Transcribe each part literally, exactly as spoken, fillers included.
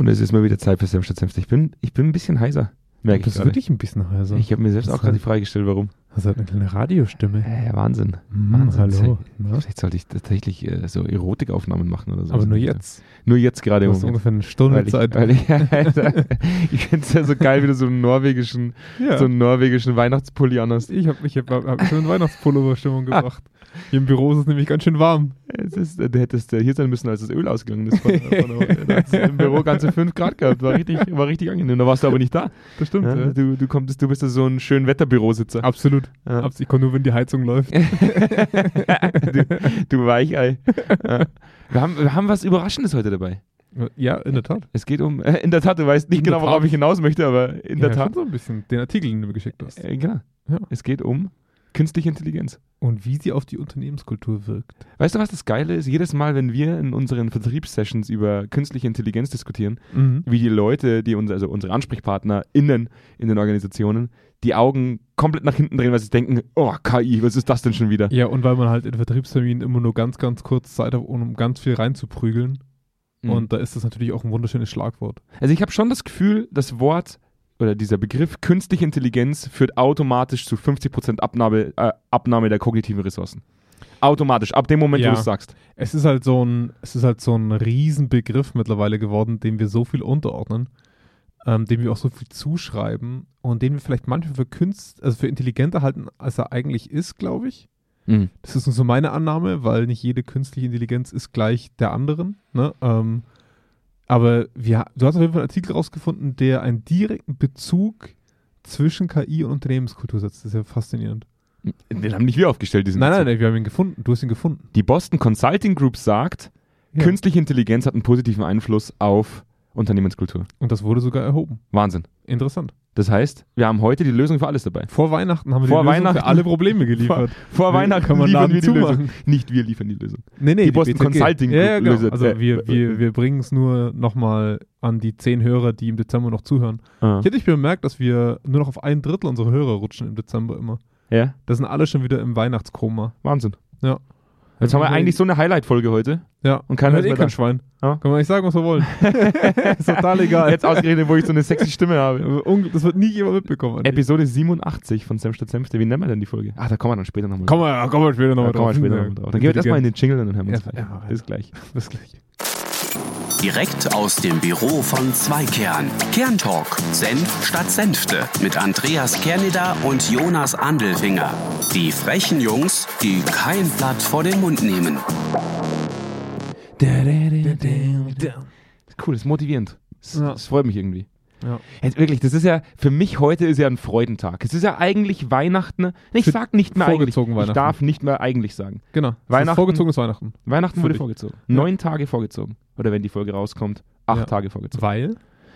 Und es ist mal wieder Zeit für Senf statt Senfte. Ich bin, ich bin ein bisschen heiser, merke ich Das ist gerade. wirklich ein bisschen heiser. Ich habe mir selbst Das auch gerade halt- die Frage gestellt, warum. Das hat eine kleine Radiostimme. Äh, Wahnsinn. Mm, Wahnsinn. hallo. Na? Vielleicht sollte ich tatsächlich äh, so Erotikaufnahmen machen oder so. Aber nur jetzt. Nur jetzt gerade Du im hast Moment. ungefähr eine Stunde Weil ich, Zeit. weil ich, ich finde es ja so geil, wie du so einen norwegischen, ja. so einen norwegischen Weihnachtspulli anhast. Ich habe ich hab, hab schon eine Weihnachtspullover-Stimmung gebracht. Hier im Büro ist es nämlich ganz schön warm. Es ist, du hättest äh, hier sein müssen, als das Öl ausgegangen ist. Von, von, da hat's im Büro ganze fünf Grad gehabt. War richtig, war richtig angenehm. Da warst du aber nicht da. Das stimmt. Ja, Ja. du, du, kommst, du bist ja so ein schön Wetterbürositzer. Absolut. Ja. Abs- Ich komme nur, wenn die Heizung läuft. du, du Weichei. Ja. Wir, haben, wir haben was Überraschendes heute dabei. Ja, in der Tat. Es geht um, äh, in der Tat, du weißt nicht In genau, der worauf Tat. ich hinaus möchte, aber in ja, der Tat. schon so ein bisschen. Den Artikel, den du mir geschickt hast. Äh, genau. Ja. Es geht um künstliche Intelligenz. Und wie sie auf die Unternehmenskultur wirkt. Weißt du, was das Geile ist? Jedes Mal, wenn wir in unseren Vertriebssessions über künstliche Intelligenz diskutieren, Mhm. wie die Leute, die uns, also unsere AnsprechpartnerInnen in den Organisationen, die Augen komplett nach hinten drehen, weil sie denken, oh, K I, was ist das denn schon wieder? Ja, und weil man halt in Vertriebsterminen immer nur ganz, ganz kurz Zeit hat, um ganz viel reinzuprügeln. Mhm. Und da ist das natürlich auch ein wunderschönes Schlagwort. Also ich habe schon das Gefühl, das Wort oder dieser Begriff künstliche Intelligenz führt automatisch zu fünfzig Prozent Abnahme, äh, Abnahme der kognitiven Ressourcen. Automatisch, ab dem Moment, Ja. wo du es sagst. Es ist halt so ein, es ist halt so ein Riesenbegriff mittlerweile geworden, dem wir so viel unterordnen, ähm, dem wir auch so viel zuschreiben und den wir vielleicht manchmal für Künst, also für intelligenter halten, als er eigentlich ist, glaube ich. Mhm. Das ist nur so meine Annahme, weil nicht jede künstliche Intelligenz ist gleich der anderen. Ne? Ähm, aber wir, du hast auf jeden Fall einen Artikel rausgefunden, der einen direkten Bezug zwischen K I und Unternehmenskultur setzt. Das ist ja faszinierend. Den haben nicht wir aufgestellt, diesen Nein, nein, Bezug. nein, wir haben ihn gefunden. Du hast ihn gefunden. Die Boston Consulting Group sagt, Ja. künstliche Intelligenz hat einen positiven Einfluss auf Unternehmenskultur. Und das wurde sogar erhoben. Wahnsinn. Interessant. Das heißt, wir haben heute die Lösung für alles dabei. Vor Weihnachten haben wir Vor die Lösung Weihnachten- für alle Probleme geliefert. Vor Nee, Weihnachten kann man liefern Laden wir die zumachen. Lösung. Nicht wir liefern die Lösung. Nee, nee, Die Boston B T G. Consulting ja, ja, genau. löst- Also äh, wir, äh, wir, wir bringen es nur nochmal an die zehn Hörer, die im Dezember noch zuhören. Ah. Ich hätte nicht bemerkt, dass wir nur noch auf ein Drittel unserer Hörer rutschen im Dezember immer. Ja, Das sind alle schon wieder im Weihnachtskoma. Wahnsinn. Ja. Jetzt haben wir eigentlich so eine Highlight-Folge heute. Ja, Und keiner hört ist eh mehr kein da. Schwein. Ja. Kann man nicht sagen, was wir wollen. Ist total egal. Jetzt ausgerechnet, wo ich so eine sexy Stimme habe. Unge- Das wird nie jemand mitbekommen. eigentlich. Episode siebenundachtzig von Senf statt Senfte. Wie nennen wir denn die Folge? Ah, da kommen wir dann später nochmal Kommen wir, kommen wir später ja, nochmal kommen wir drauf. später noch mal drauf. Dann gehen wir erstmal in den Jingle und dann hören wir uns Ja, gleich. ja, ja. Bis gleich. Bis gleich. Direkt aus dem Büro von Zweikern. Kerntalk. Senf statt Senfte. Mit Andreas Kerneder und Jonas Andelfinger. Die frechen Jungs, die kein Blatt vor den Mund nehmen. Cool, das ist motivierend. Das, Ja. das freut mich irgendwie. Ja. Jetzt wirklich, das ist ja, für mich heute ist ja ein Freudentag. Es ist ja eigentlich Weihnachten. Ich Für- sag nicht mehr eigentlich. vorgezogen Ich Weihnachten. darf nicht mehr eigentlich sagen. Genau. Das Weihnachten- ist vorgezogenes Weihnachten. Weihnachten Für wurde dich. vorgezogen. Ja. Neun Tage vorgezogen. Oder wenn die Folge rauskommt, acht Ja. Tage vorgezogen. Weil?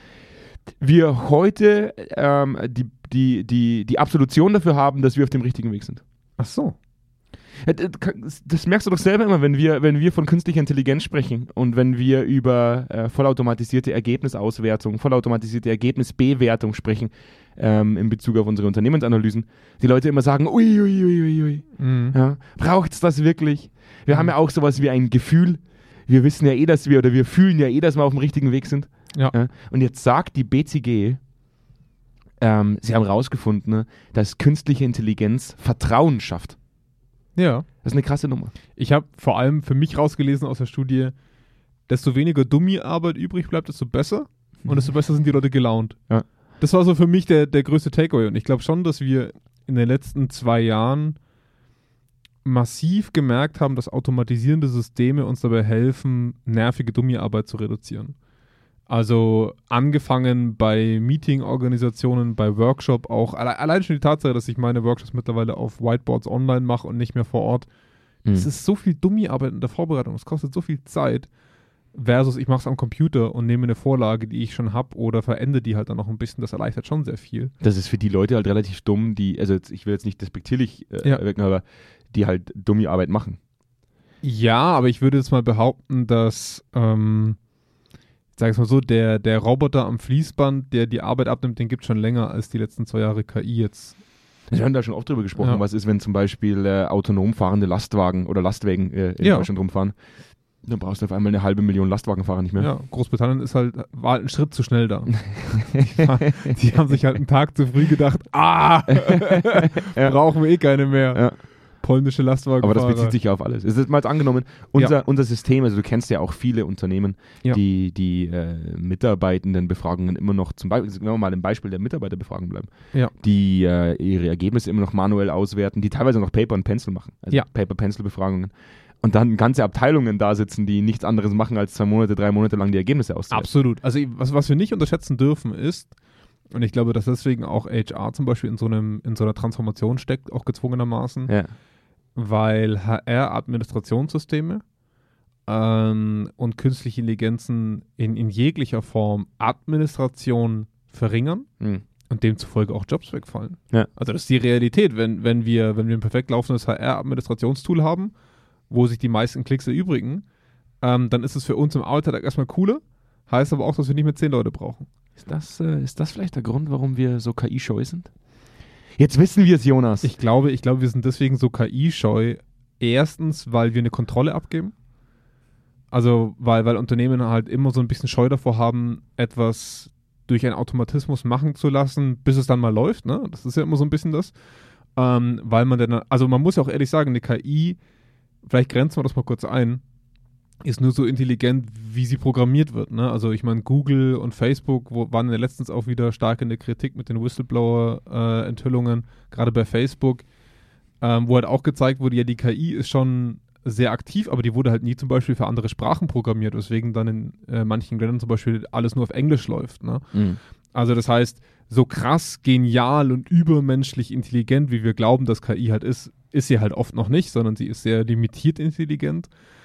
Wir heute ähm, die, die, die, die Absolution dafür haben, dass wir auf dem richtigen Weg sind. Ach so. Ja, Das das merkst du doch selber immer, wenn wir, wenn wir von künstlicher Intelligenz sprechen und wenn wir über äh, vollautomatisierte Ergebnisauswertung, vollautomatisierte Ergebnisbewertung sprechen ähm, in Bezug auf unsere Unternehmensanalysen. Die Leute immer sagen, ui, ui, ui, ui, ui. Mhm. Ja, braucht es das wirklich? Wir Mhm. haben ja auch sowas wie ein Gefühl. Wir wissen ja eh, dass wir, oder wir fühlen ja eh, dass wir auf dem richtigen Weg sind. Ja. Ja. Und jetzt sagt die B C G, ähm, sie haben herausgefunden, ne, dass künstliche Intelligenz Vertrauen schafft. Ja. Das ist eine krasse Nummer. Ich habe vor allem für mich rausgelesen aus der Studie, desto weniger Dummy-Arbeit übrig bleibt, desto besser. Und desto besser sind die Leute gelaunt. Ja. Das war so für mich der, der größte Takeaway. Und ich glaube schon, dass wir in den letzten zwei Jahren massiv gemerkt haben, dass automatisierende Systeme uns dabei helfen, nervige Dummy-Arbeit zu reduzieren. Also angefangen bei Meeting-Organisationen, bei Workshop auch. Alle, allein schon die Tatsache, dass ich meine Workshops mittlerweile auf Whiteboards online mache und nicht mehr vor Ort. Mhm. Es ist so viel Dummy-Arbeit in der Vorbereitung. Es kostet so viel Zeit. Versus ich mache es am Computer und nehme eine Vorlage, die ich schon habe oder verändere die halt dann noch ein bisschen. Das erleichtert schon sehr viel. Das ist für die Leute halt relativ dumm, die, also jetzt, ich will jetzt nicht despektierlich äh, Ja. wirken, aber die halt Dummy-Arbeit machen. Ja, aber ich würde jetzt mal behaupten, dass, ähm, sag ich mal so, der, der Roboter am Fließband, der die Arbeit abnimmt, den gibt es schon länger als die letzten zwei Jahre K I jetzt. Wir haben da schon oft drüber gesprochen, Ja. was ist, wenn zum Beispiel äh, autonom fahrende Lastwagen oder Lastwagen äh, in Ja. Deutschland rumfahren. Dann brauchst du auf einmal eine halbe Million Lastwagenfahrer nicht mehr. Ja, Großbritannien ist halt, war halt ein Schritt zu schnell da. die, die haben sich halt einen Tag zu früh gedacht, ah, Ja. brauchen wir eh keine mehr. Ja. Polnische Lastwagenfahrer. Aber das bezieht sich ja auf alles. Es ist mal jetzt angenommen, unser, Ja. unser System, also du kennst ja auch viele Unternehmen, Ja. die die äh, Mitarbeitendenbefragungen immer noch, zum Beispiel, wenn wir mal im Beispiel der Mitarbeiterbefragung bleiben, Ja. die äh, ihre Ergebnisse immer noch manuell auswerten, die teilweise noch Paper und Pencil machen, also Ja. Paper-Pencil-Befragungen. Und dann ganze Abteilungen da sitzen, die nichts anderes machen, als zwei Monate, drei Monate lang die Ergebnisse auszuwerten. Absolut. Also was, was wir nicht unterschätzen dürfen ist, und ich glaube, dass deswegen auch H R zum Beispiel in so, einem, in so einer Transformation steckt, auch gezwungenermaßen, Ja. weil H R-Administrationssysteme ähm, und künstliche Intelligenzen in, in jeglicher Form Administration verringern Mhm. und demzufolge auch Jobs wegfallen. Ja. Also das ist die Realität, wenn, wenn, wir, wenn wir ein perfekt laufendes H R-Administrationstool haben, wo sich die meisten Klicks erübrigen, ähm, dann ist es für uns im Alltag erstmal cooler, heißt aber auch, dass wir nicht mehr zehn Leute brauchen. Ist das, äh, ist das vielleicht der Grund, warum wir so K I-scheu sind? Jetzt wissen wir es, Jonas. Ich glaube, ich glaube, wir sind deswegen so K I-scheu. Erstens, weil wir eine Kontrolle abgeben. Also, weil, weil Unternehmen halt immer so ein bisschen Scheu davor haben, etwas durch einen Automatismus machen zu lassen, bis es dann mal läuft. Ne? Das ist ja immer so ein bisschen das. Ähm, weil man dann, also man muss ja auch ehrlich sagen, eine K I, vielleicht grenzen wir das mal kurz ein, ist nur so intelligent, wie sie programmiert wird. Ne? Also ich meine, Google und Facebook wo, waren ja letztens auch wieder stark in der Kritik mit den Whistleblower-Enthüllungen, gerade bei Facebook, ähm, wo halt auch gezeigt wurde, ja, die K I ist schon sehr aktiv, aber die wurde halt nie zum Beispiel für andere Sprachen programmiert, weswegen dann in äh, manchen Ländern zum Beispiel alles nur auf Englisch läuft. Ne? Mhm. Also das heißt, so krass, genial und übermenschlich intelligent, wie wir glauben, dass K I halt ist, ist sie halt oft noch nicht, sondern sie ist sehr limitiert intelligent.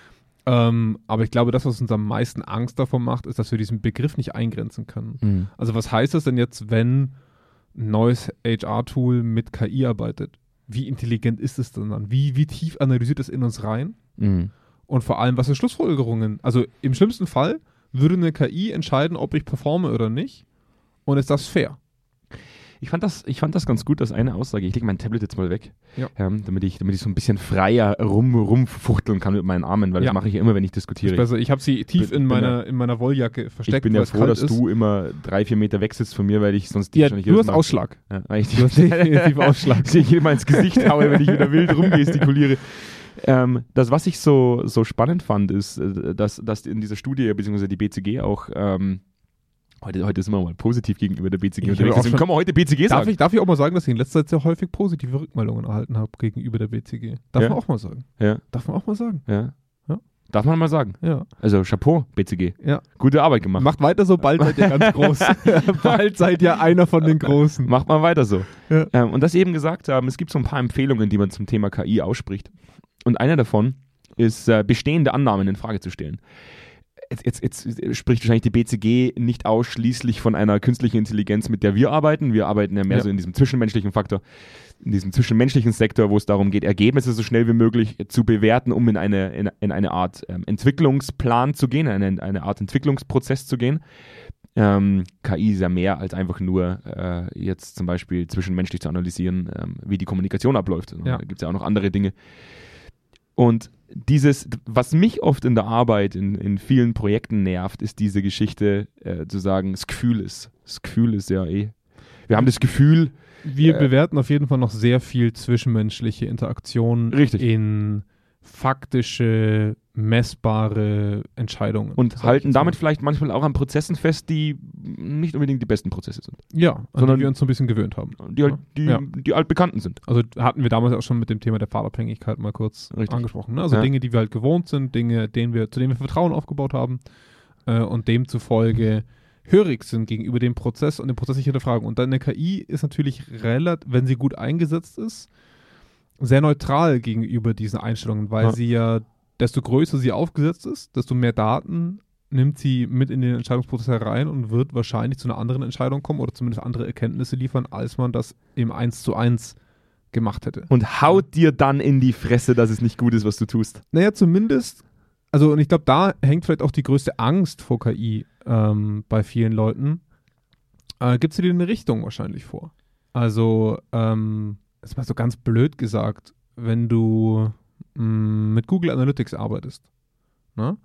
Ähm, aber ich glaube, das, was uns am meisten Angst davor macht, ist, dass wir diesen Begriff nicht eingrenzen können. Mhm. Also was heißt das denn jetzt, wenn ein neues H R-Tool mit K I arbeitet? Wie intelligent ist es denn dann? Wie, wie tief analysiert es in uns rein? Mhm. Und vor allem, was sind Schlussfolgerungen? Also im schlimmsten Fall würde eine K I entscheiden, ob ich performe oder nicht. Und ist das fair? Ich fand das, ich fand das ganz gut, dass eine Aussage, ich lege mein Tablet jetzt mal weg, Ja. ähm, damit, ich, damit ich so ein bisschen freier rum, rumfuchteln kann mit meinen Armen, weil Ja. das mache ich ja immer, wenn ich Ist diskutiere. besser. Ich habe sie tief bin- in bin meiner, in meiner Wolljacke versteckt. Ich bin ja weil es froh, kalt dass ist. du immer drei, vier Meter weg sitzt von mir, weil ich sonst die Ja, wahrscheinlich du jedes hast Mal- Ausschlag. Ja, weil ich Du hast definitiv Ausschlag. dass ich mal ins Gesicht haue, wenn ich wieder wild rumgestikuliere. Ähm, das, was ich so, so spannend fand, ist, äh, dass, dass in dieser Studie, beziehungsweise die B C G auch, ähm, heute, heute sind wir mal positiv gegenüber der B C G Ich unterwegs, habe auch deswegen schon- können wir heute B C G Darf sagen. ich, darf ich auch mal sagen, dass ich in letzter Zeit sehr häufig positive Rückmeldungen erhalten habe gegenüber der B C G? Darf Ja. man auch mal sagen. Ja, Darf man auch mal sagen. ja. Ja. Darf man mal sagen. Ja. Also Chapeau, B C G. Ja. Gute Arbeit gemacht. Macht weiter so, bald seid ihr ganz groß. Bald seid ihr einer von den Großen. Macht mal weiter so. Ja. Ähm, und das eben gesagt haben, es gibt so ein paar Empfehlungen, die man zum Thema K I ausspricht. Und eine davon ist, äh, bestehende Annahmen in Frage zu stellen. Jetzt, jetzt, jetzt spricht wahrscheinlich die B C G nicht ausschließlich von einer künstlichen Intelligenz, mit der wir arbeiten. Wir arbeiten ja mehr Ja. so in diesem zwischenmenschlichen Faktor, in diesem zwischenmenschlichen Sektor, wo es darum geht, Ergebnisse so schnell wie möglich zu bewerten, um in eine, in, in eine Art ähm, Entwicklungsplan zu gehen, eine, eine Art Entwicklungsprozess zu gehen. Ähm, K I ist ja mehr als einfach nur äh, jetzt zum Beispiel zwischenmenschlich zu analysieren, ähm, wie die Kommunikation abläuft. Ja. Da gibt es ja auch noch andere Dinge. Und dieses, was mich oft in der Arbeit in, in vielen Projekten nervt, ist diese Geschichte äh, zu sagen, das Gefühl ist. Das Gefühl ist ja eh. Wir haben das Gefühl, Wir Äh, bewerten auf jeden Fall noch sehr viel zwischenmenschliche Interaktion Richtig. in faktische, messbare Entscheidungen. und sag ich halten jetzt damit mal. vielleicht manchmal auch an Prozessen fest, die nicht unbedingt die besten Prozesse sind. Ja, an sondern- die wir uns so ein bisschen gewöhnt haben. Die, halt, die, Ja. die altbekannten sind. Also hatten wir damals auch schon mit dem Thema der Fahrabhängigkeit mal kurz Richtig. angesprochen. Ne? Also Ja. Dinge, die wir halt gewohnt sind, Dinge, denen wir, zu denen wir Vertrauen aufgebaut haben äh, und demzufolge hörig sind gegenüber dem Prozess und dem Prozess nicht hinterfragen. Und dann eine K I ist natürlich relativ, wenn sie gut eingesetzt ist, sehr neutral gegenüber diesen Einstellungen, weil Ja. sie ja, desto größer sie aufgesetzt ist, desto mehr Daten nimmt sie mit in den Entscheidungsprozess herein und wird wahrscheinlich zu einer anderen Entscheidung kommen oder zumindest andere Erkenntnisse liefern, als man das im eins zu eins gemacht hätte. Und haut dir dann in die Fresse, dass es nicht gut ist, was du tust. Naja, zumindest, also und ich glaube, da hängt vielleicht auch die größte Angst vor K I ähm, bei vielen Leuten. Äh, Gibt es dir eine Richtung wahrscheinlich vor? Also, ähm, jetzt mal so ganz blöd gesagt, wenn du mh, mit Google Analytics arbeitest, ne?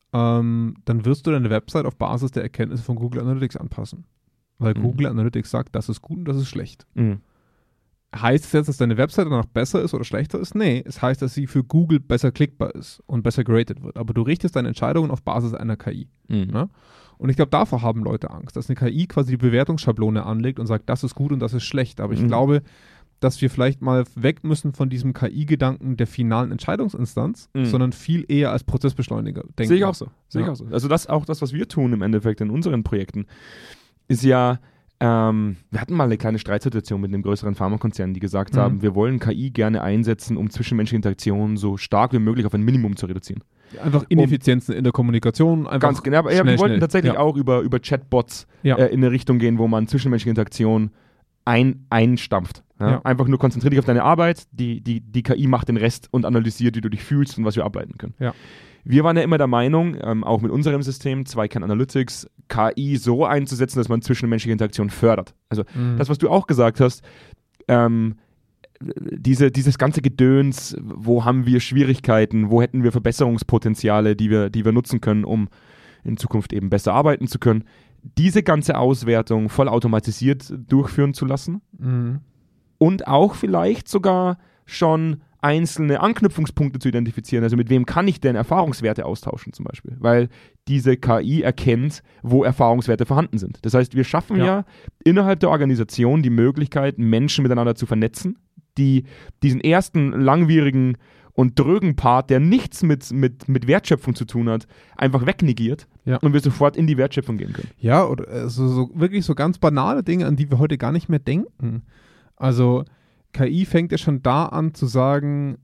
ähm, dann wirst du deine Website auf Basis der Erkenntnisse von Google Analytics anpassen. Weil Mhm. Google Analytics sagt, das ist gut und das ist schlecht. Mhm. Heißt es jetzt, dass deine Website danach besser ist oder schlechter ist? Nee, es heißt, dass sie für Google besser klickbar ist und besser geratet wird. Aber du richtest deine Entscheidungen auf Basis einer K I. Mhm. Ne? Und ich glaube, davor haben Leute Angst, dass eine K I quasi die Bewertungsschablone anlegt und sagt, das ist gut und das ist schlecht. Aber ich Mhm. glaube, dass wir vielleicht mal weg müssen von diesem K I-Gedanken der finalen Entscheidungsinstanz, Mhm. sondern viel eher als Prozessbeschleuniger denken. Sehe ich auch so. Sehe ich Ja. auch so. Also das auch das, was wir tun im Endeffekt in unseren Projekten, ist ja, ähm, wir hatten mal eine kleine Streitsituation mit einem größeren Pharmakonzern, die gesagt Mhm. haben, wir wollen K I gerne einsetzen, um zwischenmenschliche Interaktionen so stark wie möglich auf ein Minimum zu reduzieren. Einfach Ineffizienzen in der Kommunikation. Einfach Ganz genau. Aber ja, schnell, wir wollten schnell. tatsächlich ja. auch über, über Chatbots Ja. äh, in eine Richtung gehen, wo man zwischenmenschliche Interaktion ein, einstampft. Ja? Ja. Einfach nur konzentrier dich auf deine Arbeit, die, die, die K I macht den Rest und analysiert, wie du dich fühlst und was wir ableiten können. Ja. Wir waren ja immer der Meinung, ähm, auch mit unserem System, Zweikern Analytics, K I so einzusetzen, dass man zwischenmenschliche Interaktion fördert. Also Mhm. das, was du auch gesagt hast, ähm, diese, dieses ganze Gedöns, wo haben wir Schwierigkeiten, wo hätten wir Verbesserungspotenziale, die wir, die wir nutzen können, um in Zukunft eben besser arbeiten zu können, diese ganze Auswertung vollautomatisiert durchführen zu lassen Mhm. und auch vielleicht sogar schon einzelne Anknüpfungspunkte zu identifizieren. Also mit wem kann ich denn Erfahrungswerte austauschen zum Beispiel? Weil diese K I erkennt, wo Erfahrungswerte vorhanden sind. Das heißt, wir schaffen ja, Ja. innerhalb der Organisation die Möglichkeit, Menschen miteinander zu vernetzen, die diesen ersten langwierigen und drögen Part, der nichts mit, mit, mit Wertschöpfung zu tun hat, einfach wegnegiert Ja. und wir sofort in die Wertschöpfung gehen können. Ja, oder also so wirklich so ganz banale Dinge, an die wir heute gar nicht mehr denken. Also K I fängt ja schon da an zu sagen,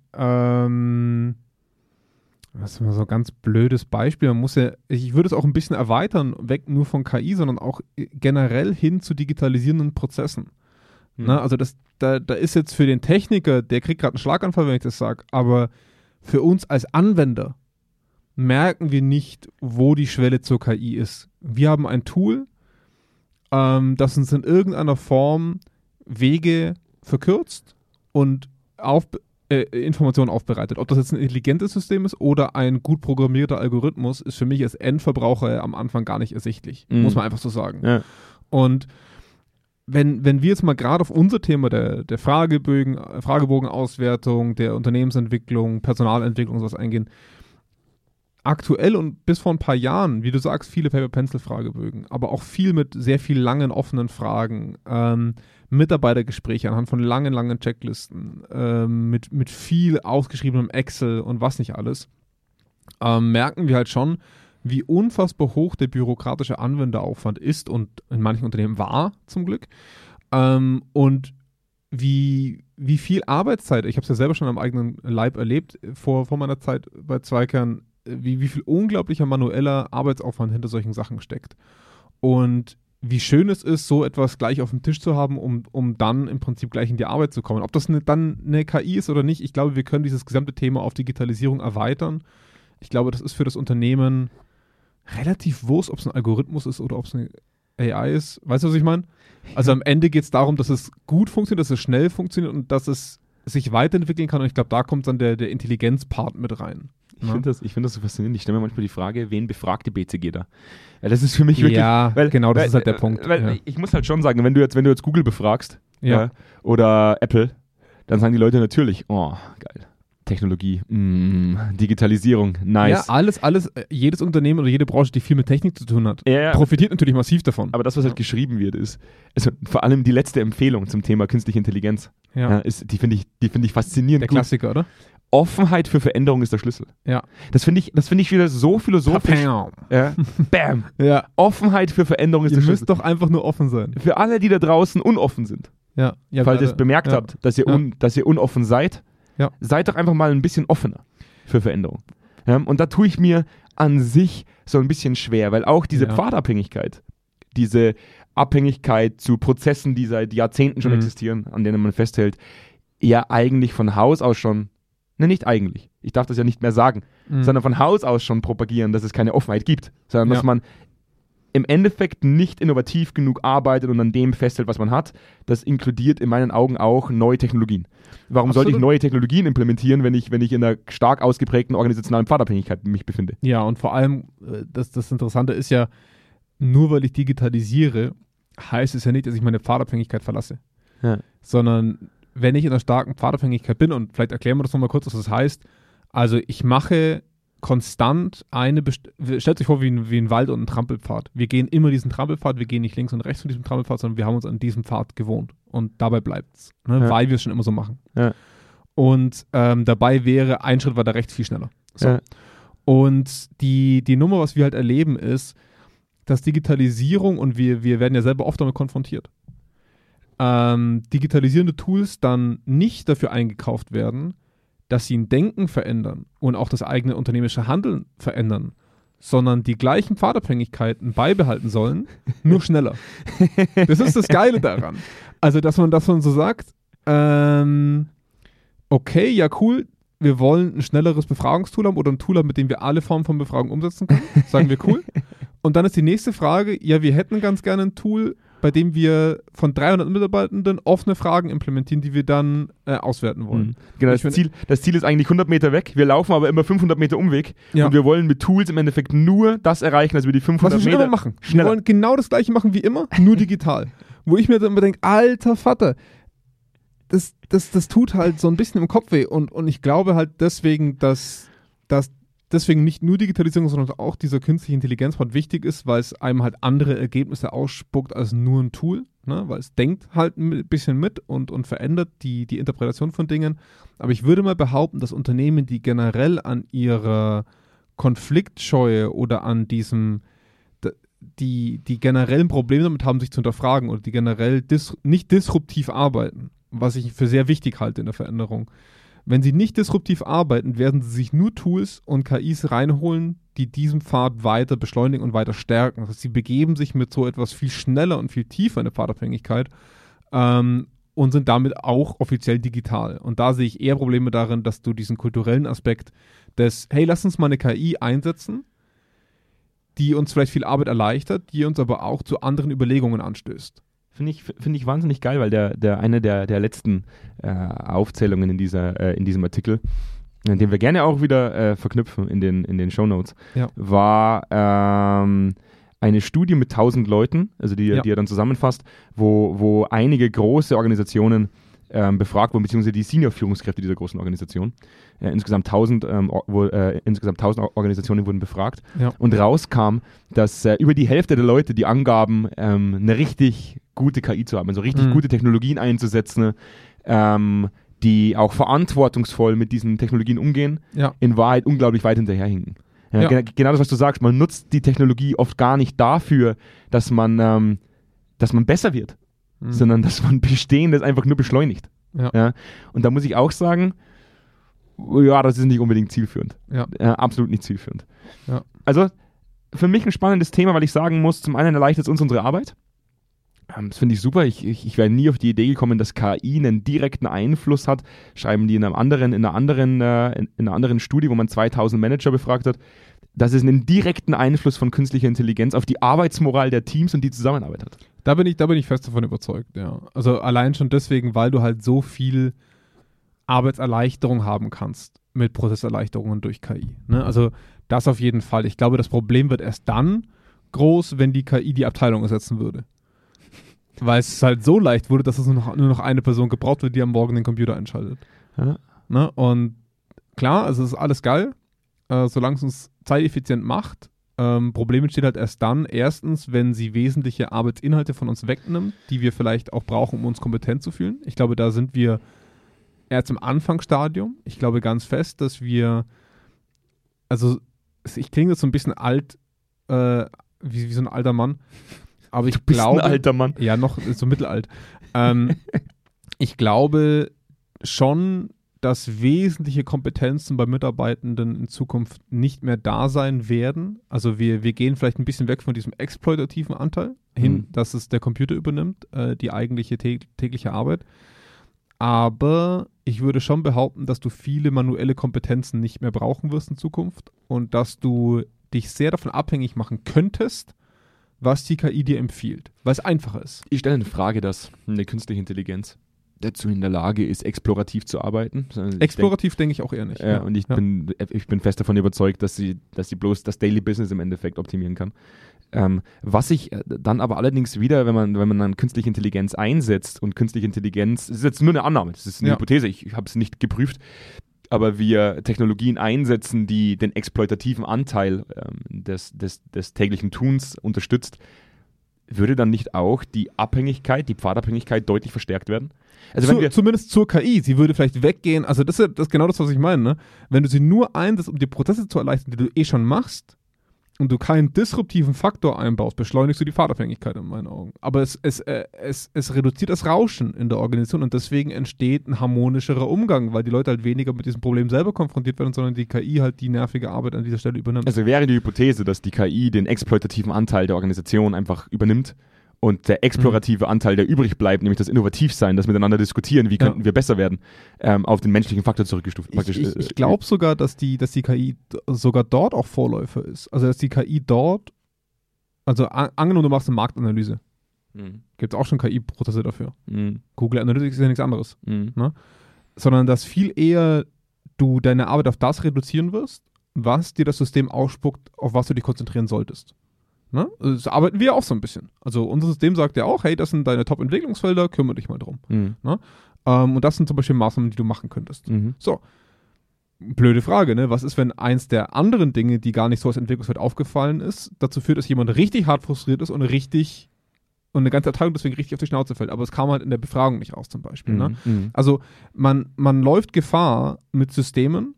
ähm, das ist mal so ein ganz blödes Beispiel, man muss ja, ich würde es auch ein bisschen erweitern, weg nur von K I, sondern auch generell hin zu digitalisierenden Prozessen. Mhm. Ne? Also das, da, da ist jetzt für den Techniker, der kriegt gerade einen Schlaganfall, wenn ich das sage, aber für uns als Anwender merken wir nicht, wo die Schwelle zur K I ist. Wir haben ein Tool, ähm, das uns in irgendeiner Form Wege verkürzt und auf, äh, Informationen aufbereitet. Ob das jetzt ein intelligentes System ist oder ein gut programmierter Algorithmus, ist für mich als Endverbraucher am Anfang gar nicht ersichtlich. Mhm. Muss man einfach so sagen. Ja. Und wenn, wenn wir jetzt mal gerade auf unser Thema der, der Fragebögen, Fragebogenauswertung, der Unternehmensentwicklung, Personalentwicklung und sowas eingehen, aktuell und bis vor ein paar Jahren, wie du sagst, viele Paper-Pencil-Fragebögen, aber auch viel mit sehr viel langen offenen Fragen, ähm, Mitarbeitergespräche anhand von langen, langen Checklisten, ähm, mit, mit viel ausgeschriebenem Excel und was nicht alles, ähm, merken wir halt schon, wie unfassbar hoch der bürokratische Anwenderaufwand ist und in manchen Unternehmen war, zum Glück. Ähm, und wie, wie viel Arbeitszeit, ich habe es ja selber schon am eigenen Leib erlebt, vor, vor meiner Zeit bei Zweikern, wie, wie viel unglaublicher manueller Arbeitsaufwand hinter solchen Sachen steckt. Und wie schön es ist, so etwas gleich auf dem Tisch zu haben, um, um dann im Prinzip gleich in die Arbeit zu kommen. Ob das eine, dann eine K I ist oder nicht, ich glaube, wir können dieses gesamte Thema auf Digitalisierung erweitern. Ich glaube, das ist für das Unternehmen relativ wurscht, ob es ein Algorithmus ist oder ob es eine A I ist. Weißt du, was ich meine? Also am Ende geht es darum, dass es gut funktioniert, dass es schnell funktioniert und dass es sich weiterentwickeln kann. Und ich glaube, da kommt dann der, der Intelligenz-Part mit rein. Ich Ja. finde das, ich find das so faszinierend. Ich stelle mir manchmal die Frage, wen befragt die B C G da? Ja, das ist für mich wirklich... Ja, weil, genau, das weil, ist halt der äh, Punkt. Weil ja. ich muss halt schon sagen, wenn du jetzt, wenn du jetzt Google befragst Ja. äh, oder Apple, dann sagen die Leute natürlich, oh, geil. Technologie, mm, Digitalisierung, nice. Ja, alles, alles, äh, jedes Unternehmen oder jede Branche, die viel mit Technik zu tun hat, Ja, ja, profitiert natürlich massiv davon. aber das, was halt geschrieben wird, ist, also vor allem die letzte Empfehlung zum Thema künstliche Intelligenz, ja. ja, ist, die finde ich, die finde ich faszinierend Der gut. Klassiker, oder? Offenheit für Veränderung ist der Schlüssel. Ja. Das finde ich, das finde ich wieder so philosophisch. Ja. Bam. Ja. Offenheit für Veränderung ist Ihr der müsst Schlüssel. doch einfach nur offen sein. Für alle, die da draußen unoffen sind, Ja. ja falls ihr es alle- bemerkt ja. habt, dass ihr, Ja. un, dass ihr unoffen seid, Ja. seid doch einfach mal ein bisschen offener für Veränderung. Ja, und da tue ich mir an sich so ein bisschen schwer, weil auch diese Ja. Pfadabhängigkeit, diese Abhängigkeit zu Prozessen, die seit Jahrzehnten schon Mhm. existieren, an denen man festhält, ja eigentlich von Haus aus schon, ne, nicht eigentlich, ich darf das ja nicht mehr sagen, Mhm. sondern von Haus aus schon propagieren, dass es keine Offenheit gibt, sondern Ja. dass man im Endeffekt nicht innovativ genug arbeitet und an dem festhält, was man hat. Das inkludiert in meinen Augen auch neue Technologien. Warum Absolut. sollte ich neue Technologien implementieren, wenn ich, wenn ich in einer stark ausgeprägten organisationalen Pfadabhängigkeit mich befinde? Ja, und vor allem, äh, das, das Interessante ist ja, nur weil ich digitalisiere, heißt es ja nicht, dass ich meine Pfadabhängigkeit verlasse. Ja. Sondern wenn ich in einer starken Pfadabhängigkeit bin, und vielleicht erklären wir das nochmal kurz, was das heißt. Also ich mache konstant eine, Best- stellt euch vor wie ein, wie ein Wald und ein Trampelpfad. Wir gehen immer diesen Trampelpfad, wir gehen nicht links und rechts von diesem Trampelpfad, sondern wir haben uns an diesem Pfad gewohnt. Und dabei bleibt es, ne? Ja. Weil wir es schon immer so machen. Ja. Und ähm, dabei wäre ein Schritt weiter rechts viel schneller. So. Ja. Und die, die Nummer, was wir halt erleben, ist, dass Digitalisierung, und wir, wir werden ja selber oft damit konfrontiert, ähm, digitalisierende Tools dann nicht dafür eingekauft werden, dass sie ein Denken verändern und auch das eigene unternehmerische Handeln verändern, sondern die gleichen Pfadabhängigkeiten beibehalten sollen, nur schneller. Das ist das Geile daran. Also, dass man, dass man so sagt, ähm, okay, ja cool, wir wollen ein schnelleres Befragungstool haben oder ein Tool haben, mit dem wir alle Formen von Befragung umsetzen können. Sagen wir cool. Und dann ist die nächste Frage, ja, wir hätten ganz gerne ein Tool, bei dem wir von dreihundert Mitarbeitenden offene Fragen implementieren, die wir dann äh, auswerten wollen. Mhm. Genau, das Ich Ziel, das Ziel ist eigentlich hundert Meter weg. Wir laufen aber immer fünfhundert Meter Umweg. Ja. Und wir wollen mit Tools im Endeffekt nur das erreichen, dass wir die Was fünfhundert wir schon Meter immer machen. schneller. Wir wollen genau das Gleiche machen wie immer, nur digital. Wo ich mir dann immer denke, alter Vater, das, das, das tut halt so ein bisschen im Kopf weh. Und, und ich glaube halt deswegen, dass, dass deswegen nicht nur Digitalisierung, sondern auch dieser künstliche Intelligenzpart wichtig ist, weil es einem halt andere Ergebnisse ausspuckt als nur ein Tool. Ne? Weil es denkt halt ein bisschen mit und, und verändert die, die Interpretation von Dingen. Aber ich würde mal behaupten, dass Unternehmen, die generell an ihrer Konfliktscheue oder an diesem, die, die generellen Probleme damit haben, sich zu hinterfragen oder die generell dis, nicht disruptiv arbeiten, was ich für sehr wichtig halte in der Veränderung. Wenn sie nicht disruptiv arbeiten, werden sie sich nur Tools und K Is reinholen, die diesen Pfad weiter beschleunigen und weiter stärken. Das heißt, sie begeben sich mit so etwas viel schneller und viel tiefer in eine Pfadabhängigkeit ähm, und sind damit auch offiziell digital. Und da sehe ich eher Probleme darin, dass du diesen kulturellen Aspekt des, hey, lass uns mal eine K I einsetzen, die uns vielleicht viel Arbeit erleichtert, die uns aber auch zu anderen Überlegungen anstößt. Finde ich, find ich wahnsinnig geil, weil der, der eine der, der letzten äh, Aufzählungen in, dieser, äh, in diesem Artikel, äh, den wir gerne auch wieder äh, verknüpfen in den, in den Shownotes, Ja. war ähm, eine Studie mit tausend Leuten, also die, Ja. die er dann zusammenfasst, wo, wo einige große Organisationen ähm, befragt wurden, beziehungsweise die Senior-Führungskräfte dieser großen Organisation. Äh, insgesamt tausend ähm, wo, äh, insgesamt tausend Organisationen wurden befragt. Ja. Und rauskam, dass äh, über die Hälfte der Leute, die angaben, ähm, eine richtig gute K I zu haben, also richtig Mhm. gute Technologien einzusetzen, ähm, die auch verantwortungsvoll mit diesen Technologien umgehen, Ja. in Wahrheit unglaublich weit hinterherhinken. Ja, Ja. gen- Genau das, was du sagst, man nutzt die Technologie oft gar nicht dafür, dass man, ähm, dass man besser wird, Mhm. sondern dass man Bestehendes einfach nur beschleunigt. Ja. Ja? Und da muss ich auch sagen, ja, das ist nicht unbedingt zielführend. Ja. Ja, absolut nicht zielführend. Ja. Also für mich ein spannendes Thema, weil ich sagen muss, zum einen erleichtert es uns unsere Arbeit. Ähm, das finde ich super. Ich, ich, ich wäre nie auf die Idee gekommen, dass K I einen direkten Einfluss hat. Schreiben die in einem anderen, in einer anderen, äh, in, in einer anderen Studie, wo man zweitausend Manager befragt hat, dass es einen direkten Einfluss von künstlicher Intelligenz auf die Arbeitsmoral der Teams und die Zusammenarbeit hat. Da bin ich, da bin ich fest davon überzeugt, ja. Also allein schon deswegen, weil du halt so viel Arbeitserleichterung haben kannst mit Prozesserleichterungen durch K I. Ne? Also das auf jeden Fall. Ich glaube, das Problem wird erst dann groß, wenn die K I die Abteilung ersetzen würde. Weil es halt so leicht wurde, dass es nur noch, nur noch eine Person gebraucht wird, die am Morgen den Computer einschaltet. Ja. Ne? Und klar, also es ist alles geil, äh, solange es uns zeiteffizient macht. Ähm, Problem entsteht halt erst dann, erstens, wenn sie wesentliche Arbeitsinhalte von uns wegnimmt, die wir vielleicht auch brauchen, um uns kompetent zu fühlen. Ich glaube, da sind wir erst im Anfangsstadium. Ich glaube ganz fest, dass wir, also ich klinge jetzt so ein bisschen alt, äh, wie, wie so ein alter Mann, aber ich Du bist glaube, ein alter Mann. ja, noch so mittelalt. ähm, ich glaube schon, dass wesentliche Kompetenzen bei Mitarbeitenden in Zukunft nicht mehr da sein werden. Also wir, wir gehen vielleicht ein bisschen weg von diesem exploitativen Anteil hin, Mhm. dass es der Computer übernimmt, äh, die eigentliche tä- tägliche Arbeit. Aber ich würde schon behaupten, dass du viele manuelle Kompetenzen nicht mehr brauchen wirst in Zukunft und dass du dich sehr davon abhängig machen könntest, was die K I dir empfiehlt, weil es einfacher ist. Ich stelle eine Frage, dass eine künstliche Intelligenz dazu in der Lage ist, explorativ zu arbeiten. Explorativ denke ich auch eher nicht. Ja, ja. Und ich, ja. bin, ich bin fest davon überzeugt, dass sie, dass sie bloß das Daily Business im Endeffekt optimieren kann. Ähm, was ich dann aber allerdings wieder, wenn man, wenn man dann künstliche Intelligenz einsetzt und künstliche Intelligenz, das ist jetzt nur eine Annahme, das ist eine ja. Hypothese, ich habe es nicht geprüft, aber wir Technologien einsetzen, die den exploitativen Anteil ähm, des, des, des täglichen Tuns unterstützt, würde dann nicht auch die Abhängigkeit, die Pfadabhängigkeit deutlich verstärkt werden? Also Zu, wenn wir zumindest zur K I. Sie würde vielleicht weggehen. Also das ist, das ist genau das, was ich meine. Ne? Wenn du sie nur einsetzt, um die Prozesse zu erleichtern, die du eh schon machst, und du keinen disruptiven Faktor einbaust, beschleunigst du die Pfadabhängigkeit in meinen Augen. Aber es, es, äh, es, es reduziert das Rauschen in der Organisation und deswegen entsteht ein harmonischerer Umgang, weil die Leute halt weniger mit diesem Problem selber konfrontiert werden, sondern die K I halt die nervige Arbeit an dieser Stelle übernimmt. Also wäre die Hypothese, dass die K I den exploitativen Anteil der Organisation einfach übernimmt und der explorative mhm. Anteil, der übrig bleibt, nämlich das Innovativsein, das Miteinander diskutieren, wie könnten ja. wir besser werden, ähm, auf den menschlichen Faktor zurückgestuft. Ich, ich, ich glaube sogar, dass die, dass die K I sogar dort auch Vorläufer ist. Also dass die K I dort, also an, angenommen, du machst eine Marktanalyse, mhm. gibt es auch schon K I-Prozesse dafür. Mhm. Google Analytics ist ja nichts anderes. Mhm. Ne? Sondern dass viel eher du deine Arbeit auf das reduzieren wirst, was dir das System ausspuckt, auf was du dich konzentrieren solltest. Ne? Das arbeiten wir auch so ein bisschen. Also unser System sagt ja auch, hey, das sind deine Top-Entwicklungsfelder, kümmere dich mal drum. Mhm. Ne? Ähm, und das sind zum Beispiel Maßnahmen, die du machen könntest. Mhm. So, blöde Frage, ne? Was ist, wenn eins der anderen Dinge, die gar nicht so als Entwicklungsfeld aufgefallen ist, dazu führt, dass jemand richtig hart frustriert ist und richtig und eine ganze Abteilung deswegen richtig auf die Schnauze fällt. Aber es kam halt in der Befragung nicht raus zum Beispiel. Mhm. Ne? Mhm. Also man, man läuft Gefahr mit Systemen,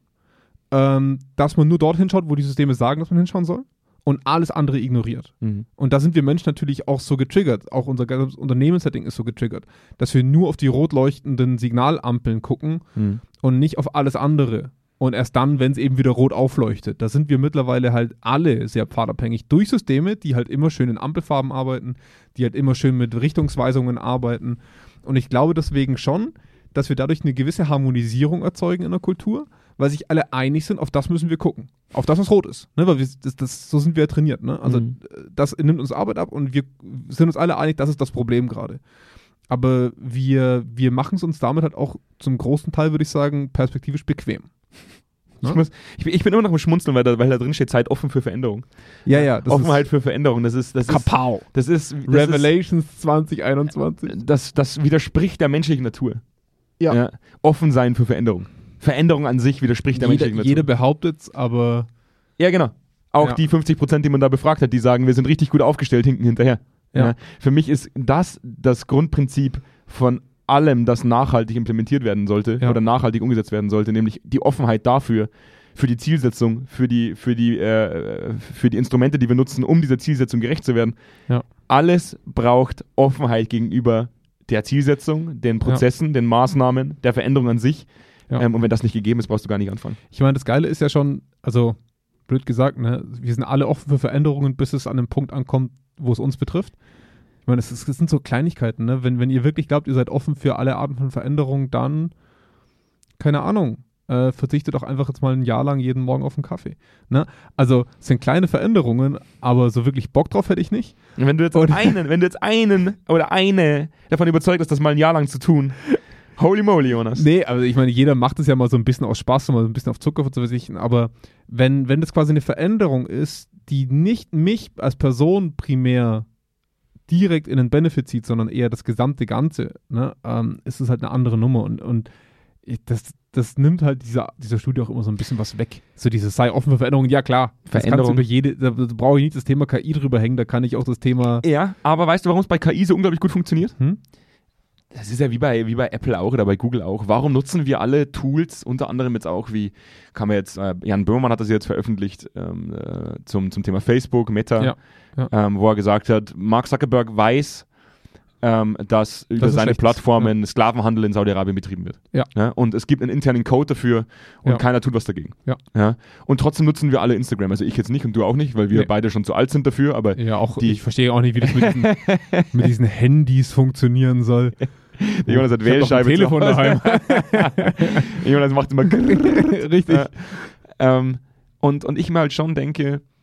ähm, dass man nur dort hinschaut, wo die Systeme sagen, dass man hinschauen soll. Und alles andere ignoriert. Mhm. Und da sind wir Menschen natürlich auch so getriggert. Auch unser ganzes Unternehmenssetting ist so getriggert, dass wir nur auf die rot leuchtenden Signalampeln gucken mhm. und nicht auf alles andere. Und erst dann, wenn es eben wieder rot aufleuchtet. Da sind wir mittlerweile halt alle sehr pfadabhängig durch Systeme, die halt immer schön in Ampelfarben arbeiten, die halt immer schön mit Richtungsweisungen arbeiten. Und ich glaube deswegen schon, dass wir dadurch eine gewisse Harmonisierung erzeugen in der Kultur, weil sich alle einig sind, auf das müssen wir gucken. Auf das, was rot ist. Ne? Weil wir, das, das, so sind wir ja trainiert. Ne? Also mhm. das nimmt uns Arbeit ab und wir sind uns alle einig, das ist das Problem gerade. Aber wir, wir machen es uns damit halt auch zum großen Teil, würde ich sagen, perspektivisch bequem. Ne? Ich, muss, ich, bin, ich bin immer noch im Schmunzeln, weil da, weil da drin steht, Zeit offen für Veränderung. Ja, ja. Das Offenheit für Veränderung. Das ist, das Kapau. Ist, das ist, das Revelations ist, zwanzig einundzwanzig. Das, das widerspricht der menschlichen Natur. Ja. ja. Offen sein für Veränderung. Veränderung an sich widerspricht der jeder, menschlichen Natur. Jeder behauptet es, aber... Ja, genau. Auch ja. die fünfzig Prozent, die man da befragt hat, die sagen, wir sind richtig gut aufgestellt, hinken hinterher. Ja. Ja. Für mich ist das das Grundprinzip von allem, das nachhaltig implementiert werden sollte ja. oder nachhaltig umgesetzt werden sollte, nämlich die Offenheit dafür, für die Zielsetzung, für die, für die, äh, für die Instrumente, die wir nutzen, um dieser Zielsetzung gerecht zu werden. Ja. Alles braucht Offenheit gegenüber der Zielsetzung, den Prozessen, ja. den Maßnahmen, der Veränderung an sich. Ja. Ähm, und wenn das nicht gegeben ist, brauchst du gar nicht anfangen. Ich meine, das Geile ist ja schon, also blöd gesagt, ne, wir sind alle offen für Veränderungen, bis es an einem Punkt ankommt, wo es uns betrifft. Ich meine, es, ist, es sind so Kleinigkeiten, ne? Wenn, wenn ihr wirklich glaubt, ihr seid offen für alle Arten von Veränderungen, dann, keine Ahnung, äh, verzichtet doch einfach jetzt mal ein Jahr lang jeden Morgen auf einen Kaffee. Ne? Also, es sind kleine Veränderungen, aber so wirklich Bock drauf hätte ich nicht. Wenn du jetzt und einen, wenn du jetzt einen oder eine davon überzeugt bist, das mal ein Jahr lang zu tun, holy moly, Jonas. Nee, also ich meine, jeder macht es ja mal so ein bisschen aus Spaß, mal so ein bisschen auf Zucker zu verzichten, aber wenn, wenn das quasi eine Veränderung ist, die nicht mich als Person primär direkt in den Benefit zieht, sondern eher das gesamte Ganze, ne, ähm, ist es halt eine andere Nummer und, und ich, das, das nimmt halt dieser, dieser Studie auch immer so ein bisschen was weg. So dieses sei offen für Veränderungen, ja klar, das kannst du über jede, da brauche ich nicht das Thema K I drüber hängen, da kann ich auch das Thema... Ja, aber weißt du, warum es bei K I so unglaublich gut funktioniert? Hm? Das ist ja wie bei, wie bei Apple auch oder bei Google auch. Warum nutzen wir alle Tools, unter anderem jetzt auch wie, kann man jetzt, äh, Jan Böhmermann hat das jetzt veröffentlicht ähm, äh, zum, zum Thema Facebook, Meta, ja, ja. Ähm, wo er gesagt hat, Mark Zuckerberg weiß, ähm, dass über das seine Plattformen ja. Sklavenhandel in Saudi-Arabien betrieben wird. Ja. Ja, und es gibt einen internen Code dafür und ja. keiner tut was dagegen. Ja. Ja, und trotzdem nutzen wir alle Instagram. Also ich jetzt nicht und du auch nicht, weil wir nee. beide schon zu alt sind dafür. Aber ja, auch die, ich verstehe auch nicht, wie das mit diesen, mit diesen Handys funktionieren soll. Der Jonas hat Wählscheibe. Ich hab doch ein Telefon daheim. Jonas macht immer richtig. Ja. Ähm, und, und ich mir halt schon denke,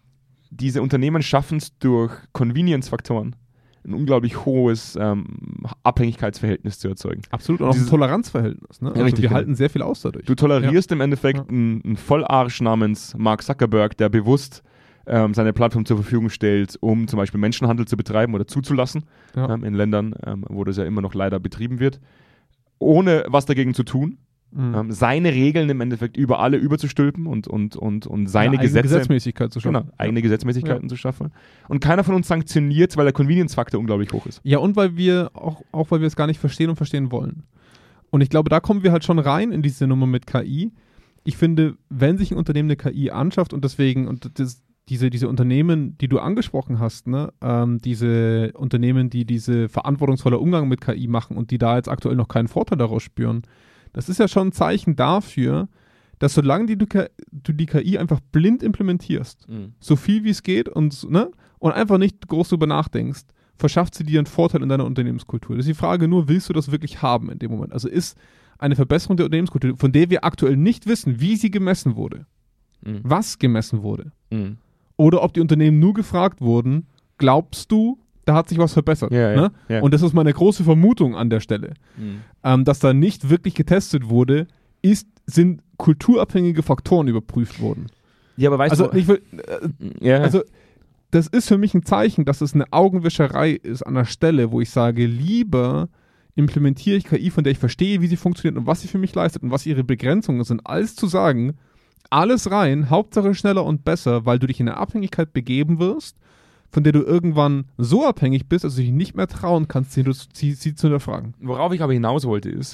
diese Unternehmen schaffen es durch Convenience-Faktoren, ein unglaublich hohes ähm, Abhängigkeitsverhältnis zu erzeugen. Absolut, und auch Dieses- ein Toleranzverhältnis. Ne? Also Richtig, wir genau. halten sehr viel aus dadurch. Du tolerierst im Endeffekt Ja. einen, einen Vollarsch namens Mark Zuckerberg, der bewusst ähm, seine Plattform zur Verfügung stellt, um zum Beispiel Menschenhandel zu betreiben oder zuzulassen, Ja. ähm, in Ländern, ähm, wo das ja immer noch leider betrieben wird, ohne was dagegen zu tun. Mhm. Ähm, seine Regeln im Endeffekt über alle überzustülpen und, und, und, und seine Eine eigene Gesetze, Gesetzmäßigkeit zu schaffen. genau, eigene Gesetzmäßigkeiten zu schaffen. Und keiner von uns sanktioniert, weil der Convenience-Faktor unglaublich hoch ist. Ja, und weil wir auch, auch weil wir es gar nicht verstehen und verstehen wollen. Und ich glaube, da kommen wir halt schon rein in diese Nummer mit K I. Ich finde, wenn sich ein Unternehmen eine K I anschafft und deswegen, und das, diese, diese Unternehmen, die du angesprochen hast, ne, ähm, diese Unternehmen, die diese verantwortungsvolle Umgang mit K I machen und die da jetzt aktuell noch keinen Vorteil daraus spüren, das ist ja schon ein Zeichen dafür, dass solange die, du, K- du die K I einfach blind implementierst, so viel wie es geht und, ne, und einfach nicht groß drüber nachdenkst, verschafft sie dir einen Vorteil in deiner Unternehmenskultur. Das ist die Frage nur, willst du das wirklich haben in dem Moment? Also ist eine Verbesserung der Unternehmenskultur, von der wir aktuell nicht wissen, wie sie gemessen wurde, Mhm. was gemessen wurde, Mhm. oder ob die Unternehmen nur gefragt wurden, glaubst du, da hat sich was verbessert? Ja, ja, ne? ja. Und das ist meine große Vermutung an der Stelle, Mhm. ähm, dass da nicht wirklich getestet wurde, ist, sind kulturabhängige Faktoren überprüft worden. Ja, aber weißt Also, du, ich will, äh, ja, also das ist für mich ein Zeichen, dass es eine Augenwischerei ist an der Stelle, wo ich sage, lieber implementiere ich K I, von der ich verstehe, wie sie funktioniert und was sie für mich leistet und was ihre Begrenzungen sind, als zu sagen, alles rein, Hauptsache schneller und besser, weil du dich in eine Abhängigkeit begeben wirst, von der du irgendwann so abhängig bist, dass du dich nicht mehr trauen kannst, sie, sie, sie zu hinterfragen. worauf ich aber hinaus wollte ist,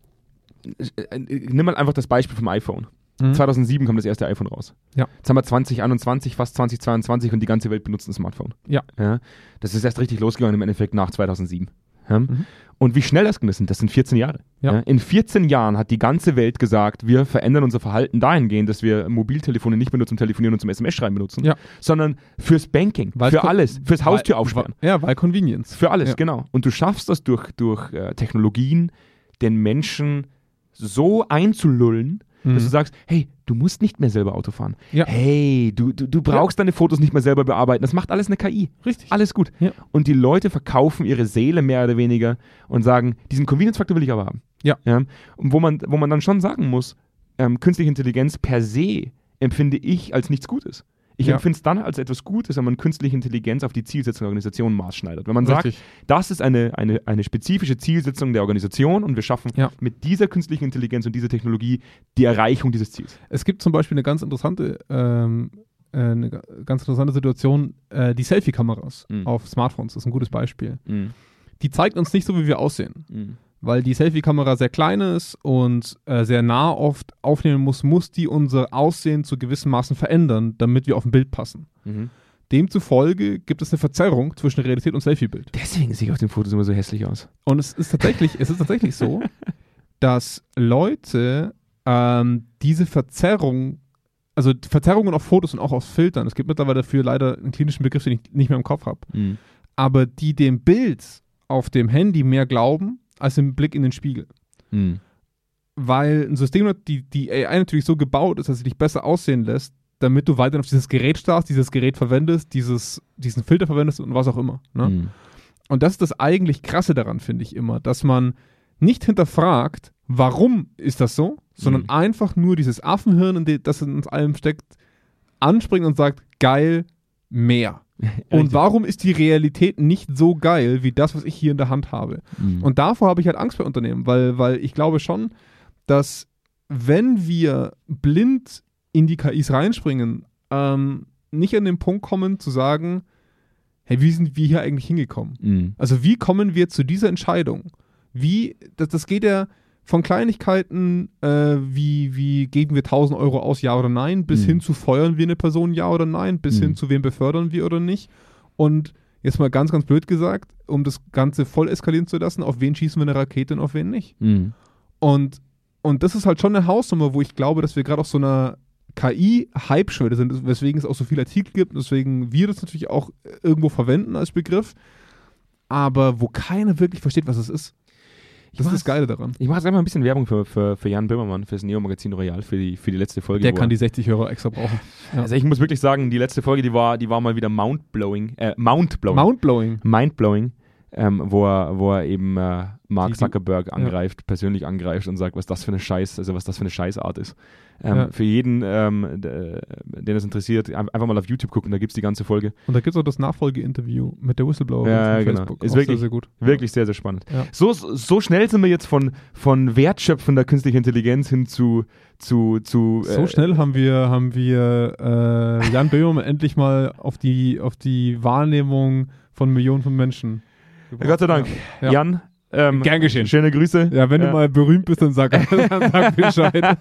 äh, äh, nimm mal einfach das Beispiel vom iPhone. Mhm. zweitausendsieben kam das erste iPhone raus. Ja. Jetzt haben wir zwanzig einundzwanzig, fast zwanzig zweiundzwanzig und die ganze Welt benutzt ein Smartphone. Ja. ja. Das ist erst richtig losgegangen im Endeffekt nach zweitausendsieben. Ja. Mhm. Und wie schnell das ging, das sind, das sind vierzehn Jahre. Ja. Ja. In vierzehn Jahren hat die ganze Welt gesagt, wir verändern unser Verhalten dahingehend, dass wir Mobiltelefone nicht mehr nur zum Telefonieren und zum S M S-Schreiben benutzen, Ja. sondern fürs Banking, Weil für kon- alles, fürs Haustür aufsperren. Ja, weil Convenience. Für alles, Ja. genau. Und du schaffst das durch, durch äh, Technologien, den Menschen so einzulullen, Mhm. dass du sagst, hey, du musst nicht mehr selber Auto fahren. Ja. Hey, du, du, du brauchst deine Fotos nicht mehr selber bearbeiten. Das macht alles eine K I. Richtig. Alles gut. Ja. Und die Leute verkaufen ihre Seele mehr oder weniger und sagen, diesen Convenience-Faktor will ich aber haben. Ja. Und wo man, wo man dann schon sagen muss, ähm, künstliche Intelligenz per se empfinde ich als nichts Gutes. Ich Ja. empfinde es dann als etwas Gutes, wenn man künstliche Intelligenz auf die Zielsetzung der Organisation maßschneidert. Wenn man sagt, Richtig. das ist eine, eine, eine spezifische Zielsetzung der Organisation und wir schaffen Ja. mit dieser künstlichen Intelligenz und dieser Technologie die Erreichung dieses Ziels. Es gibt zum Beispiel eine ganz interessante, ähm, äh, eine ga- ganz interessante Situation, äh, die Selfie-Kameras Mhm. auf Smartphones, das ist ein gutes Beispiel. Mhm. Die zeigt uns nicht so, wie wir aussehen, Mhm. weil die Selfie-Kamera sehr klein ist und äh, sehr nah oft aufnehmen muss, muss die unser Aussehen zu gewissen Maßen verändern, damit wir auf ein Bild passen. Mhm. Demzufolge gibt es eine Verzerrung zwischen Realität und Selfie-Bild. Deswegen sehe ich auf den Fotos immer so hässlich aus. Und es ist tatsächlich, es ist tatsächlich so, dass Leute ähm, diese Verzerrung, also Verzerrungen auf Fotos und auch auf Filtern, es gibt mittlerweile dafür leider einen klinischen Begriff, den ich nicht mehr im Kopf habe, Mhm. aber die dem Bild auf dem Handy mehr glauben, als im Blick in den Spiegel. Mhm. Weil ein System, hat, die, die A I natürlich so gebaut ist, dass sie dich besser aussehen lässt, damit du weiterhin auf dieses Gerät starrst, dieses Gerät verwendest, dieses, diesen Filter verwendest und was auch immer. Ne? Mhm. Und das ist das eigentlich Krasse daran, finde ich immer, dass man nicht hinterfragt, warum ist das so, sondern Mhm. einfach nur dieses Affenhirn, in de- das in uns allem steckt, anspringt und sagt, geil, mehr. Und Richtig. warum ist die Realität nicht so geil, wie das, was ich hier in der Hand habe? Mhm. Und davor habe ich halt Angst bei Unternehmen, weil, weil ich glaube schon, dass wenn wir blind in die K Is reinspringen, ähm, nicht an den Punkt kommen zu sagen, hey, wie sind wir hier eigentlich hingekommen? Mhm. Also wie kommen wir zu dieser Entscheidung? Wie, das, das geht ja von Kleinigkeiten, äh, wie, wie geben wir tausend Euro aus, ja oder nein, bis Mhm. hin zu feuern wir eine Person, ja oder nein, bis Mhm. hin zu wem befördern wir oder nicht. Und jetzt mal ganz, ganz blöd gesagt, um das Ganze voll eskalieren zu lassen, auf wen schießen wir eine Rakete und auf wen nicht? Mhm. Und, und das ist halt schon eine Hausnummer, wo ich glaube, dass wir gerade auf so einer K I-Hype-Schwelle sind, weswegen es auch so viele Artikel gibt, weswegen wir das natürlich auch irgendwo verwenden als Begriff, aber wo keiner wirklich versteht, was es ist. Das ist das Geile daran. Ich mache jetzt einfach ein bisschen Werbung für, für, für Jan Böhmermann, für das Neo-Magazin Royal, für die, für die letzte Folge. Der kann die sechzig Euro extra brauchen. Ja. Also ich muss wirklich sagen, die letzte Folge, die war, die war mal wieder Mount-blowing. Äh, Mount-blowing. Mount-blowing. Mind-blowing. Ähm, wo, er, wo er eben äh, Mark Die- die- Zuckerberg angreift, ja. persönlich angreift und sagt, was das für eine Scheiß, also was das für eine Scheißart ist. Ähm, Ja. Für jeden, ähm, d- den es interessiert, ein- einfach mal auf YouTube gucken, da gibt es die ganze Folge. Und da gibt es auch das Nachfolgeinterview mit der Whistleblowerin Ja, von genau. Facebook. Ist Auch wirklich- sehr, sehr gut. Wirklich sehr, sehr spannend. Ja. So, so schnell sind wir jetzt von, von wertschöpfender künstlicher Intelligenz hin zu, zu, zu So äh, schnell haben wir, haben wir äh, Jan Böhmermann endlich mal auf die, auf die Wahrnehmung von Millionen von Menschen gebracht. Gott sei Dank. Ja. Jan, ähm, Gern geschehen. schöne Grüße. Ja, wenn du mal berühmt bist, dann sag, dann sag Bescheid.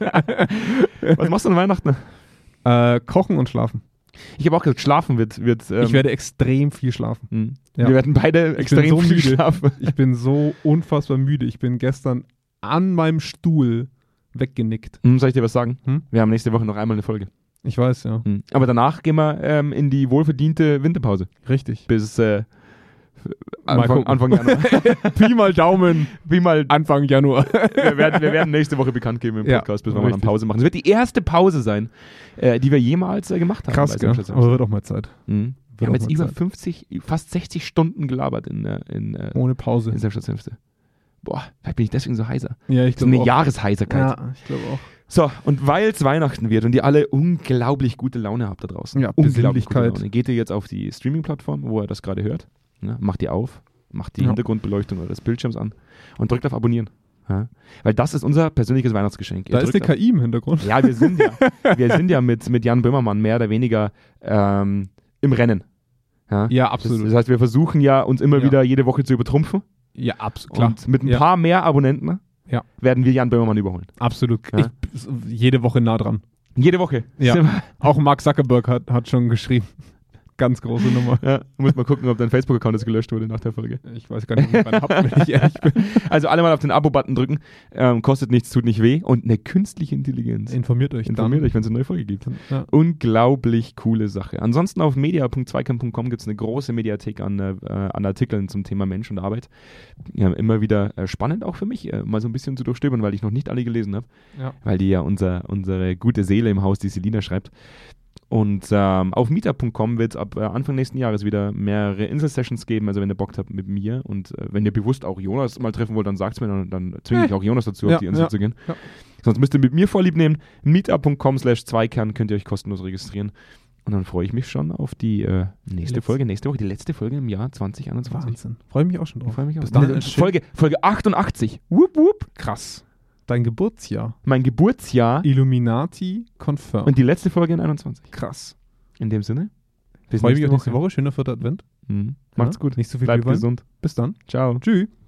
Was machst du an Weihnachten? äh, kochen und schlafen. Ich habe auch gesagt, schlafen wird. wird ähm, Ich werde extrem viel schlafen. Hm. Ja. Wir werden beide extrem so viel müde. schlafen. Ich bin so unfassbar müde. Ich bin gestern an meinem Stuhl weggenickt. Hm, soll ich dir was sagen? Hm? Wir haben nächste Woche noch einmal eine Folge. Ich weiß, ja. Hm. Aber danach gehen wir ähm, in die wohlverdiente Winterpause. Richtig. Bis äh, Mal Anfang, gucken. Anfang Januar. Pi mal Daumen. Wie mal, Anfang Januar. wir, werden, wir werden nächste Woche bekannt geben im Ja, Podcast, bis wir mal eine richtig. Pause machen. Es wird die erste Pause sein, äh, die wir jemals äh, gemacht haben. Krass, bei gell? Senfstadt Aber wird auch mal Zeit. Mhm. Wir Wird haben auch jetzt mal über Zeit. fünfzig, fast sechzig Stunden gelabert in, äh, in, äh, Ohne Pause. in Senfstadt Senfte. Boah, vielleicht bin ich deswegen so heiser. Ja, ich So glaube eine auch. Jahresheiserkeit. Ja, ich glaube auch. So, und weil es Weihnachten wird und ihr alle unglaublich gute Laune habt da draußen, Ja, unglaublich gute Besinnlichkeit. Laune, geht ihr jetzt auf die Streaming-Plattform, wo ihr das gerade hört, ne? Macht ihr auf, macht die Ja. Hintergrundbeleuchtung eures Bildschirms an und drückt auf Abonnieren. Ja? Weil das ist unser persönliches Weihnachtsgeschenk. Ihr Da ist eine drückt auf- K I im Hintergrund. Ja, wir sind ja, wir sind ja mit, mit Jan Böhmermann mehr oder weniger ähm, im Rennen. Ja, Ja, Das, absolut. das heißt, wir versuchen ja, uns immer Ja. wieder jede Woche zu übertrumpfen. ja, absolut. Klar. Und mit ein Ja. paar mehr Abonnenten Ja. werden wir Jan Böhmermann überholen. Absolut. Ja. Ich, jede Woche nah dran. Jede Woche. Ja. Sind wir- Auch Mark Zuckerberg hat, hat schon geschrieben. Ganz große Nummer. Ja, muss mal gucken, ob dein Facebook-Account jetzt gelöscht wurde nach der Folge. Ich weiß gar nicht, ob ich meinen hab, wenn ich ehrlich bin. Also alle mal auf den Abo-Button drücken. Ähm, kostet nichts, tut nicht weh. Und eine künstliche Intelligenz. Informiert euch Informiert dann. euch, wenn es eine neue Folge gibt. Ja. Unglaublich coole Sache. Ansonsten auf media punkt zweikern punkt com gibt es eine große Mediathek an, äh, an Artikeln zum Thema Mensch und Arbeit. Ja, immer wieder äh, spannend auch für mich, äh, mal so ein bisschen zu durchstöbern, weil ich noch nicht alle gelesen habe. Ja. Weil die ja unser, unsere gute Seele im Haus, die Selina schreibt. Und ähm, auf meetup punkt com wird es ab äh, Anfang nächsten Jahres wieder mehrere Insel-Sessions geben. Also wenn ihr Bock habt mit mir und äh, wenn ihr bewusst auch Jonas mal treffen wollt, dann sagt es mir, dann, dann zwinge ich auch Jonas dazu, Ja, auf die Insel ja, zu gehen. ja. Sonst müsst ihr mit mir vorlieb nehmen. meetup punkt com slash zweikern könnt ihr euch kostenlos registrieren. Und dann freue ich mich schon auf die äh, nächste Letzte. Folge, nächste Woche, die letzte Folge im Jahr zwanzig einundzwanzig. Wahnsinn. Freue mich auch schon Ich drauf. freue mich auch. Bis dahin Ne, ist schön. Folge, Folge achtundachtzig. Wupp, wupp. Krass. Dein Geburtsjahr. Mein Geburtsjahr Illuminati confirmed. und die letzte Folge in einundzwanzig. Krass. In dem Sinne. Bis Freue mich auf nächste Woche. Schöner vierter Advent. Mhm. Macht's Ja, gut. Nicht so viel Bleibt Glühwein. gesund. Bis dann. Ciao. Tschüss.